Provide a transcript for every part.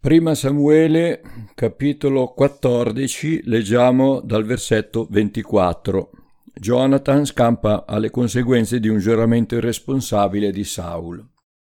Prima Samuele, capitolo 14, leggiamo dal versetto 24. Jonathan scampa alle conseguenze di un giuramento irresponsabile di Saul.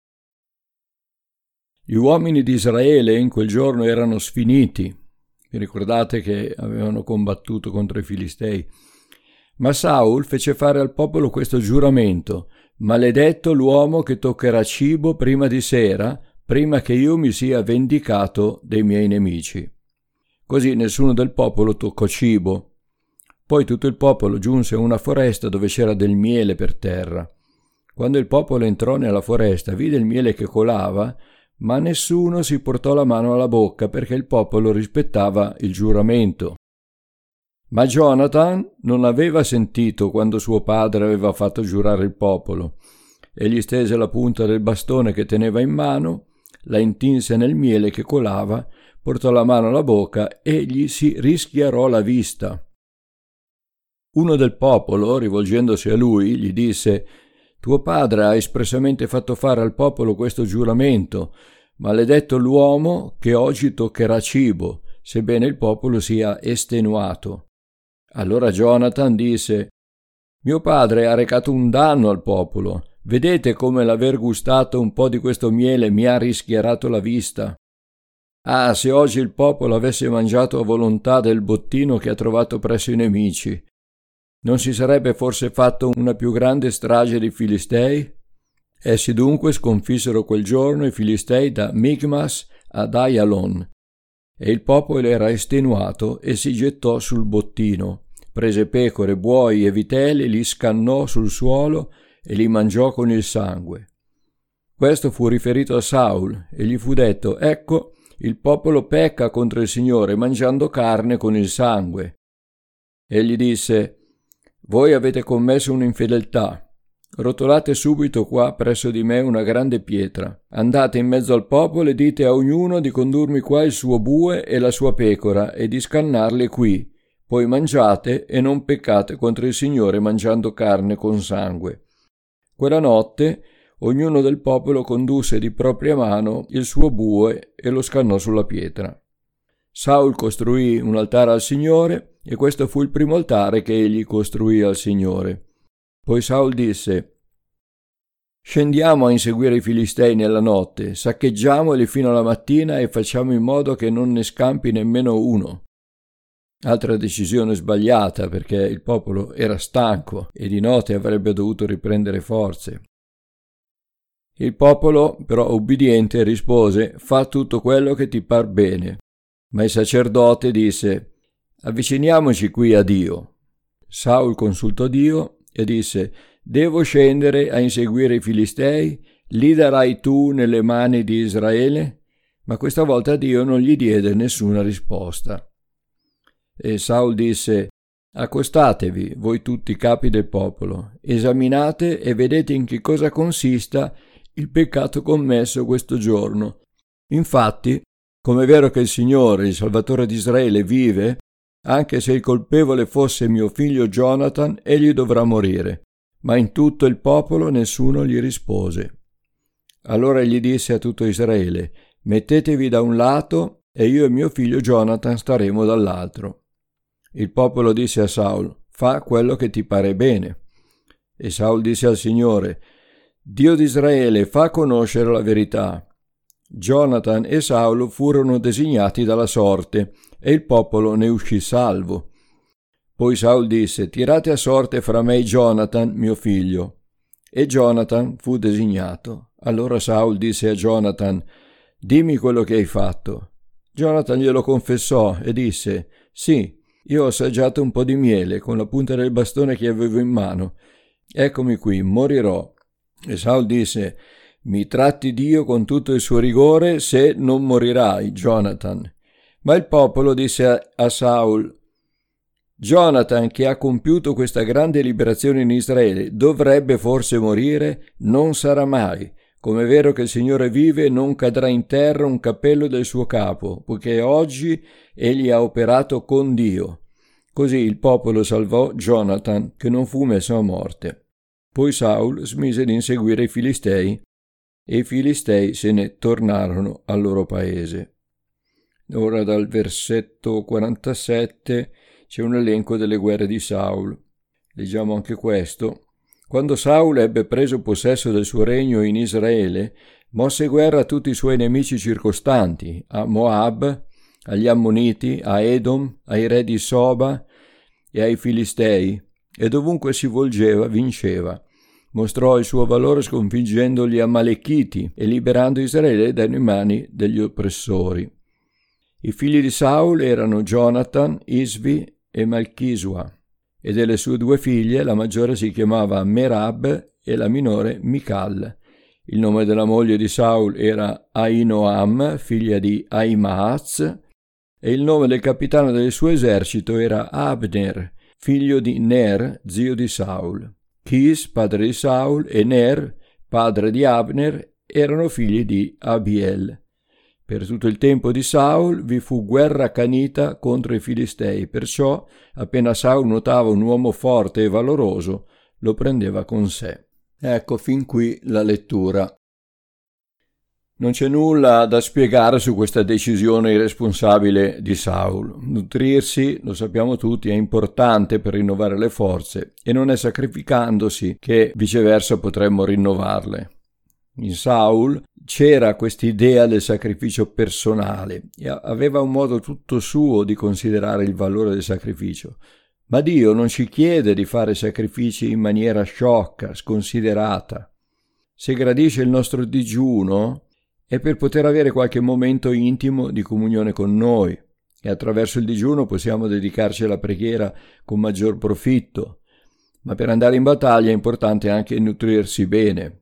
Gli uomini di Israele in quel giorno erano sfiniti. Vi ricordate che avevano combattuto contro i Filistei? Ma Saul fece fare al popolo questo giuramento: maledetto l'uomo che toccherà cibo prima di sera, prima che io mi sia vendicato dei miei nemici. Così nessuno del popolo toccò cibo. Poi tutto il popolo giunse a una foresta dove c'era del miele per terra. Quando il popolo entrò nella foresta, vide il miele che colava, ma nessuno si portò la mano alla bocca perché il popolo rispettava il giuramento. Ma Jonathan non aveva sentito quando suo padre aveva fatto giurare il popolo. Egli stese la punta del bastone che teneva in mano, la intinse nel miele che colava, portò la mano alla bocca e gli si rischiarò la vista. Uno del popolo, rivolgendosi a lui, gli disse: «Tuo padre ha espressamente fatto fare al popolo questo giuramento. Maledetto l'uomo che oggi toccherà cibo, sebbene il popolo sia estenuato». Allora Jonathan disse: «Mio padre ha recato un danno al popolo. Vedete come l'aver gustato un po' di questo miele mi ha rischiarato la vista? Ah, se oggi il popolo avesse mangiato a volontà del bottino che ha trovato presso i nemici, non si sarebbe forse fatto una più grande strage di Filistei?» Essi dunque sconfissero quel giorno i Filistei da Micmas ad Aialon, e il popolo era estenuato e si gettò sul bottino, prese pecore, buoi e vitelli, li scannò sul suolo e li mangiò con il sangue. Questo fu riferito a Saul e gli fu detto: «Ecco, il popolo pecca contro il Signore mangiando carne con il sangue». Egli disse: «Voi avete commesso un'infedeltà. Rotolate subito qua presso di me una grande pietra. Andate in mezzo al popolo e dite a ognuno di condurmi qua il suo bue e la sua pecora e di scannarli qui. Poi mangiate e non peccate contro il Signore mangiando carne con sangue». Quella notte ognuno del popolo condusse di propria mano il suo bue e lo scannò sulla pietra. Saul costruì un altare al Signore e questo fu il primo altare che egli costruì al Signore. Poi Saul disse: «Scendiamo a inseguire i Filistei nella notte, saccheggiamoli fino alla mattina e facciamo in modo che non ne scampi nemmeno uno». Altra decisione sbagliata, perché il popolo era stanco e di notte avrebbe dovuto riprendere forze. Il popolo, però ubbidiente, rispose: «Fa tutto quello che ti par bene». Ma il sacerdote disse: «Avviciniamoci qui a Dio». Saul consultò Dio e disse: «Devo scendere a inseguire i Filistei? Li darai tu nelle mani di Israele?» Ma questa volta Dio non gli diede nessuna risposta. E Saul disse: «Accostatevi, voi tutti i capi del popolo, esaminate e vedete in che cosa consista il peccato commesso questo giorno. Infatti, come è vero che il Signore, il Salvatore di Israele, vive, anche se il colpevole fosse mio figlio Jonathan, egli dovrà morire». Ma in tutto il popolo nessuno gli rispose. Allora egli disse a tutto Israele: «Mettetevi da un lato e io e mio figlio Jonathan staremo dall'altro». Il popolo disse a Saul: «Fa quello che ti pare bene». E Saul disse al Signore: «Dio di Israele, fa conoscere la verità». Jonathan e Saul furono designati dalla sorte e il popolo ne uscì salvo. Poi Saul disse: «Tirate a sorte fra me e Jonathan, mio figlio». E Jonathan fu designato. Allora Saul disse a Jonathan: «Dimmi quello che hai fatto». Jonathan glielo confessò e disse: «Sì, io ho assaggiato un po' di miele con la punta del bastone che avevo in mano. Eccomi qui, morirò». E Saul disse: «Mi tratti Dio con tutto il suo rigore se non morirai, Jonathan». Ma il popolo disse a Saul: «Jonathan, che ha compiuto questa grande liberazione in Israele, dovrebbe forse morire? Non sarà mai. Come è vero che il Signore vive, non cadrà in terra un capello del suo capo, poiché oggi egli ha operato con Dio». Così il popolo salvò Jonathan, che non fu messo a morte. Poi Saul smise di inseguire i Filistei, e i Filistei se ne tornarono al loro paese. Ora dal versetto 47 c'è un elenco delle guerre di Saul. Leggiamo anche questo. Quando Saul ebbe preso possesso del suo regno in Israele, mosse guerra a tutti i suoi nemici circostanti, a Moab, agli Ammoniti, a Edom, ai re di Soba e ai Filistei, e dovunque si volgeva vinceva. Mostrò il suo valore sconfiggendo gli Amalechiti e liberando Israele dalle mani degli oppressori. I figli di Saul erano Jonathan, Isvi e Malchisua, e delle sue due figlie la maggiore si chiamava Merab e la minore Michal. Il nome della moglie di Saul era Ahinoam, figlia di Ahimaaz, e il nome del capitano del suo esercito era Abner, figlio di Ner, zio di Saul. Chis, padre di Saul, e Ner, padre di Abner, erano figli di Abiel. Per tutto il tempo di Saul vi fu guerra accanita contro i Filistei, perciò appena Saul notava un uomo forte e valoroso, lo prendeva con sé. Ecco fin qui la lettura. Non c'è nulla da spiegare su questa decisione irresponsabile di Saul. Nutrirsi, lo sappiamo tutti, è importante per rinnovare le forze e non è sacrificandosi che viceversa potremmo rinnovarle. In Saul c'era quest'idea del sacrificio personale e aveva un modo tutto suo di considerare il valore del sacrificio. Ma Dio non ci chiede di fare sacrifici in maniera sciocca, sconsiderata. Se gradisce il nostro digiuno è per poter avere qualche momento intimo di comunione con noi e attraverso il digiuno possiamo dedicarci alla preghiera con maggior profitto. Ma per andare in battaglia è importante anche nutrirsi bene.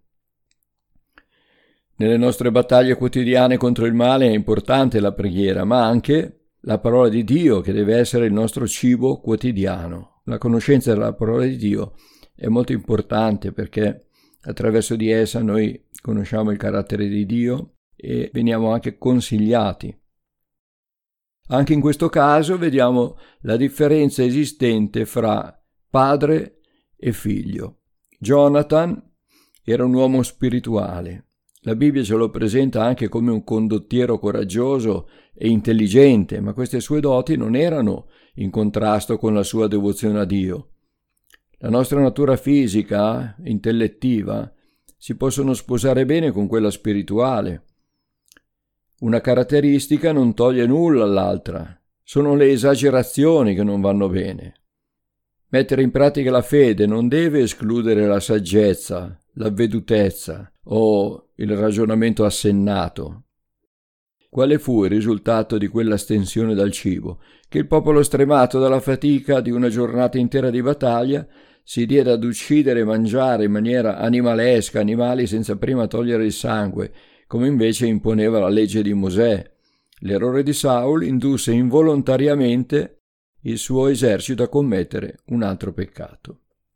Nelle nostre battaglie quotidiane contro il male è importante la preghiera, ma anche la parola di Dio, che deve essere il nostro cibo quotidiano. La conoscenza della parola di Dio è molto importante perché attraverso di essa noi conosciamo il carattere di Dio e veniamo anche consigliati. Anche in questo caso vediamo la differenza esistente fra padre e figlio. Jonathan era un uomo spirituale. La Bibbia ce lo presenta anche come un condottiero coraggioso e intelligente, ma queste sue doti non erano in contrasto con la sua devozione a Dio. La nostra natura fisica, intellettiva, si possono sposare bene con quella spirituale. Una caratteristica non toglie nulla all'altra, sono le esagerazioni che non vanno bene. Mettere in pratica la fede non deve escludere la saggezza, l'avvedutezza o il ragionamento assennato. Quale fu il risultato di quella stensione dal cibo? Che il popolo stremato dalla fatica di una giornata intera di battaglia si diede ad uccidere e mangiare in maniera animalesca animali senza prima togliere il sangue, come invece imponeva la legge di Mosè. L'errore di Saul indusse involontariamente il suo esercito a commettere un altro peccato.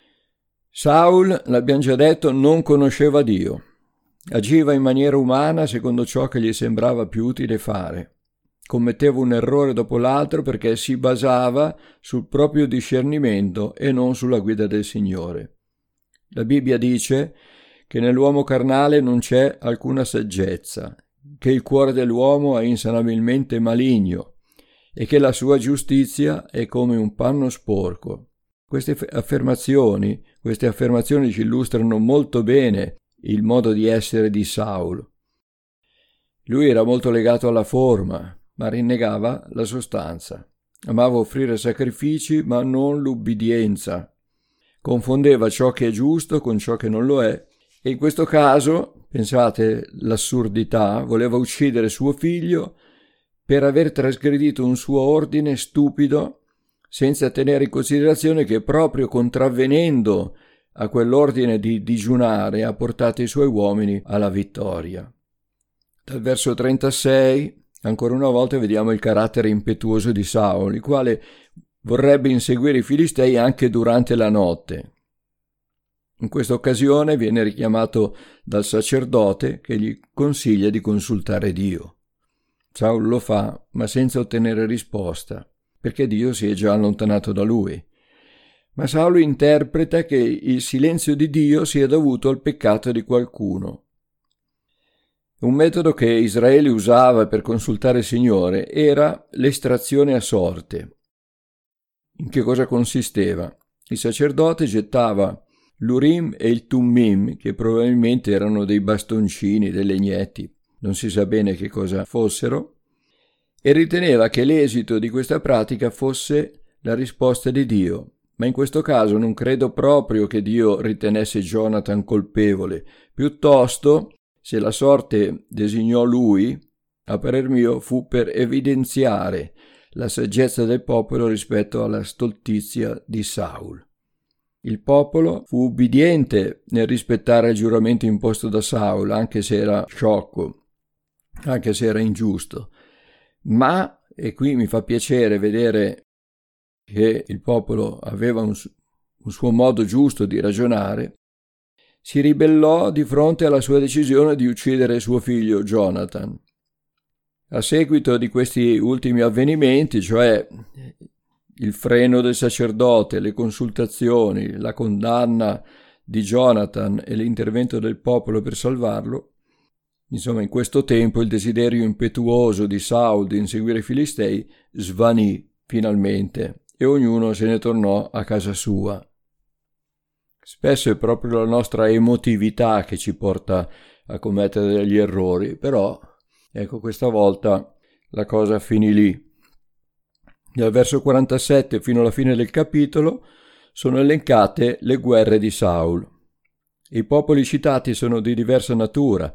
Saul, l'abbiamo già detto, non conosceva Dio. Agiva in maniera umana secondo ciò che gli sembrava più utile fare. Commetteva un errore dopo l'altro perché si basava sul proprio discernimento e non sulla guida del Signore. La Bibbia dice che nell'uomo carnale non c'è alcuna saggezza, che il cuore dell'uomo è insanabilmente maligno e che la sua giustizia è come un panno sporco. Queste affermazioni ci illustrano molto bene il modo di essere di Saul. Lui era molto legato alla forma, ma rinnegava la sostanza. Amava offrire sacrifici, ma non l'ubbidienza. Confondeva ciò che è giusto con ciò che non lo è, e in questo caso, pensate l'assurdità, voleva uccidere suo figlio per aver trasgredito un suo ordine stupido, senza tenere in considerazione che proprio contravvenendo a quell'ordine di digiunare ha portato i suoi uomini alla vittoria. Dal verso 36, ancora una volta vediamo il carattere impetuoso di Saul, il quale vorrebbe inseguire i Filistei anche durante la notte. In questa occasione viene richiamato dal sacerdote che gli consiglia di consultare Dio. Saul lo fa, ma senza ottenere risposta, perché Dio si è già allontanato da lui. Ma Saul interpreta che il silenzio di Dio sia dovuto al peccato di qualcuno. Un metodo che Israele usava per consultare il Signore era l'estrazione a sorte. In che cosa consisteva? Il sacerdote gettava l'Urim e il Tummim, che probabilmente erano dei bastoncini, dei legnetti, non si sa bene che cosa fossero, e riteneva che l'esito di questa pratica fosse la risposta di Dio. Ma in questo caso non credo proprio che Dio ritenesse Jonathan colpevole, piuttosto, se la sorte designò lui, a parer mio fu per evidenziare la saggezza del popolo rispetto alla stoltizia di Saul. Il popolo fu ubbidiente nel rispettare il giuramento imposto da Saul, anche se era sciocco, anche se era ingiusto. Ma, e qui mi fa piacere vedere che il popolo aveva un suo modo giusto di ragionare, si ribellò di fronte alla sua decisione di uccidere suo figlio Jonathan. A seguito di questi ultimi avvenimenti, cioè il freno del sacerdote, le consultazioni, la condanna di Jonathan e l'intervento del popolo per salvarlo, insomma in questo tempo il desiderio impetuoso di Saul di inseguire i Filistei svanì finalmente e ognuno se ne tornò a casa sua. Spesso è proprio la nostra emotività che ci porta a commettere degli errori, però ecco, questa volta la cosa finì lì. Dal verso 47 fino alla fine del capitolo sono elencate le guerre di Saul. I popoli citati sono di diversa natura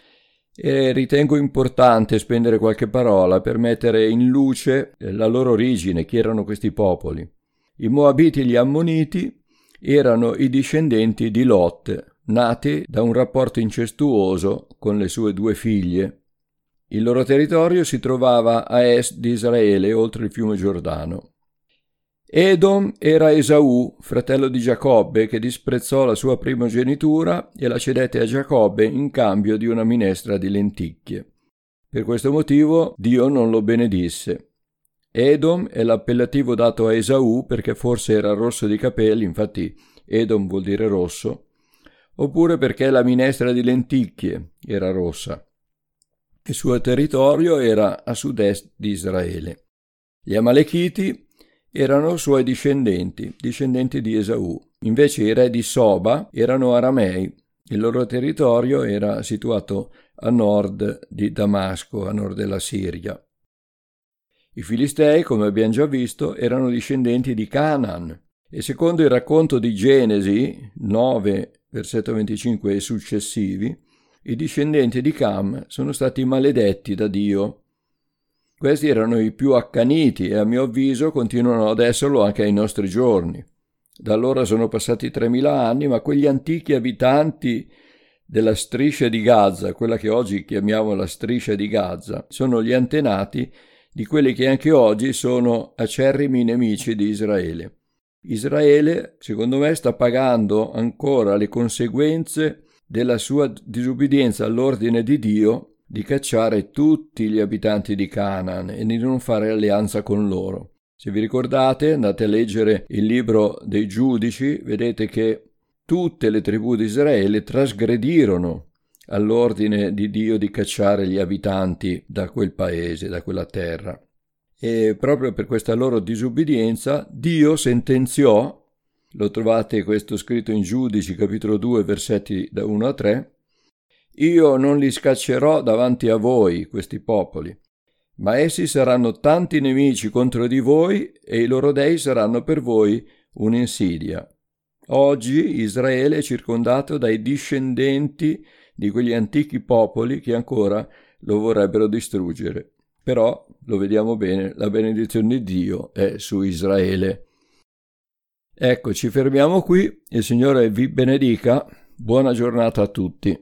e ritengo importante spendere qualche parola per mettere in luce la loro origine, chi erano questi popoli. I Moabiti e gli Ammoniti erano i discendenti di Lot, nati da un rapporto incestuoso con le sue 2 figlie. Il loro territorio si trovava a est di Israele, oltre il fiume Giordano. Edom era Esaù, fratello di Giacobbe, che disprezzò la sua primogenitura e la cedette a Giacobbe in cambio di una minestra di lenticchie. Per questo motivo Dio non lo benedisse. Edom è l'appellativo dato a Esaù perché forse era rosso di capelli, infatti Edom vuol dire rosso, oppure perché la minestra di lenticchie era rossa. Il suo territorio era a sud-est di Israele. Gli Amalechiti erano suoi discendenti di Esaù. Invece i re di Soba erano aramei. Il loro territorio era situato a nord di Damasco, a nord della Siria. I Filistei, come abbiamo già visto, erano discendenti di Canaan e secondo il racconto di Genesi 9, versetto 25 e successivi, i discendenti di Cam sono stati maledetti da Dio. Questi erano i più accaniti e a mio avviso continuano ad esserlo anche ai nostri giorni. Da allora sono passati 3000 anni, ma quegli antichi abitanti della striscia di Gaza, quella che oggi chiamiamo la striscia di Gaza, sono gli antenati di quelli che anche oggi sono acerrimi nemici di Israele. Israele, secondo me, sta pagando ancora le conseguenze della sua disubbidienza all'ordine di Dio di cacciare tutti gli abitanti di Canaan e di non fare alleanza con loro. Se vi ricordate, andate a leggere il libro dei Giudici, vedete che tutte le tribù di Israele trasgredirono all'ordine di Dio di cacciare gli abitanti da quel paese, da quella terra. E proprio per questa loro disubbidienza Dio sentenziò, lo trovate questo scritto in Giudici capitolo 2 versetti da 1 a 3, io non li scaccerò davanti a voi, questi popoli, ma essi saranno tanti nemici contro di voi e i loro dei saranno per voi un'insidia. Oggi Israele è circondato dai discendenti di quegli antichi popoli che ancora lo vorrebbero distruggere. Però, lo vediamo bene, la benedizione di Dio è su Israele. Ecco, ci fermiamo qui, il Signore vi benedica, buona giornata a tutti.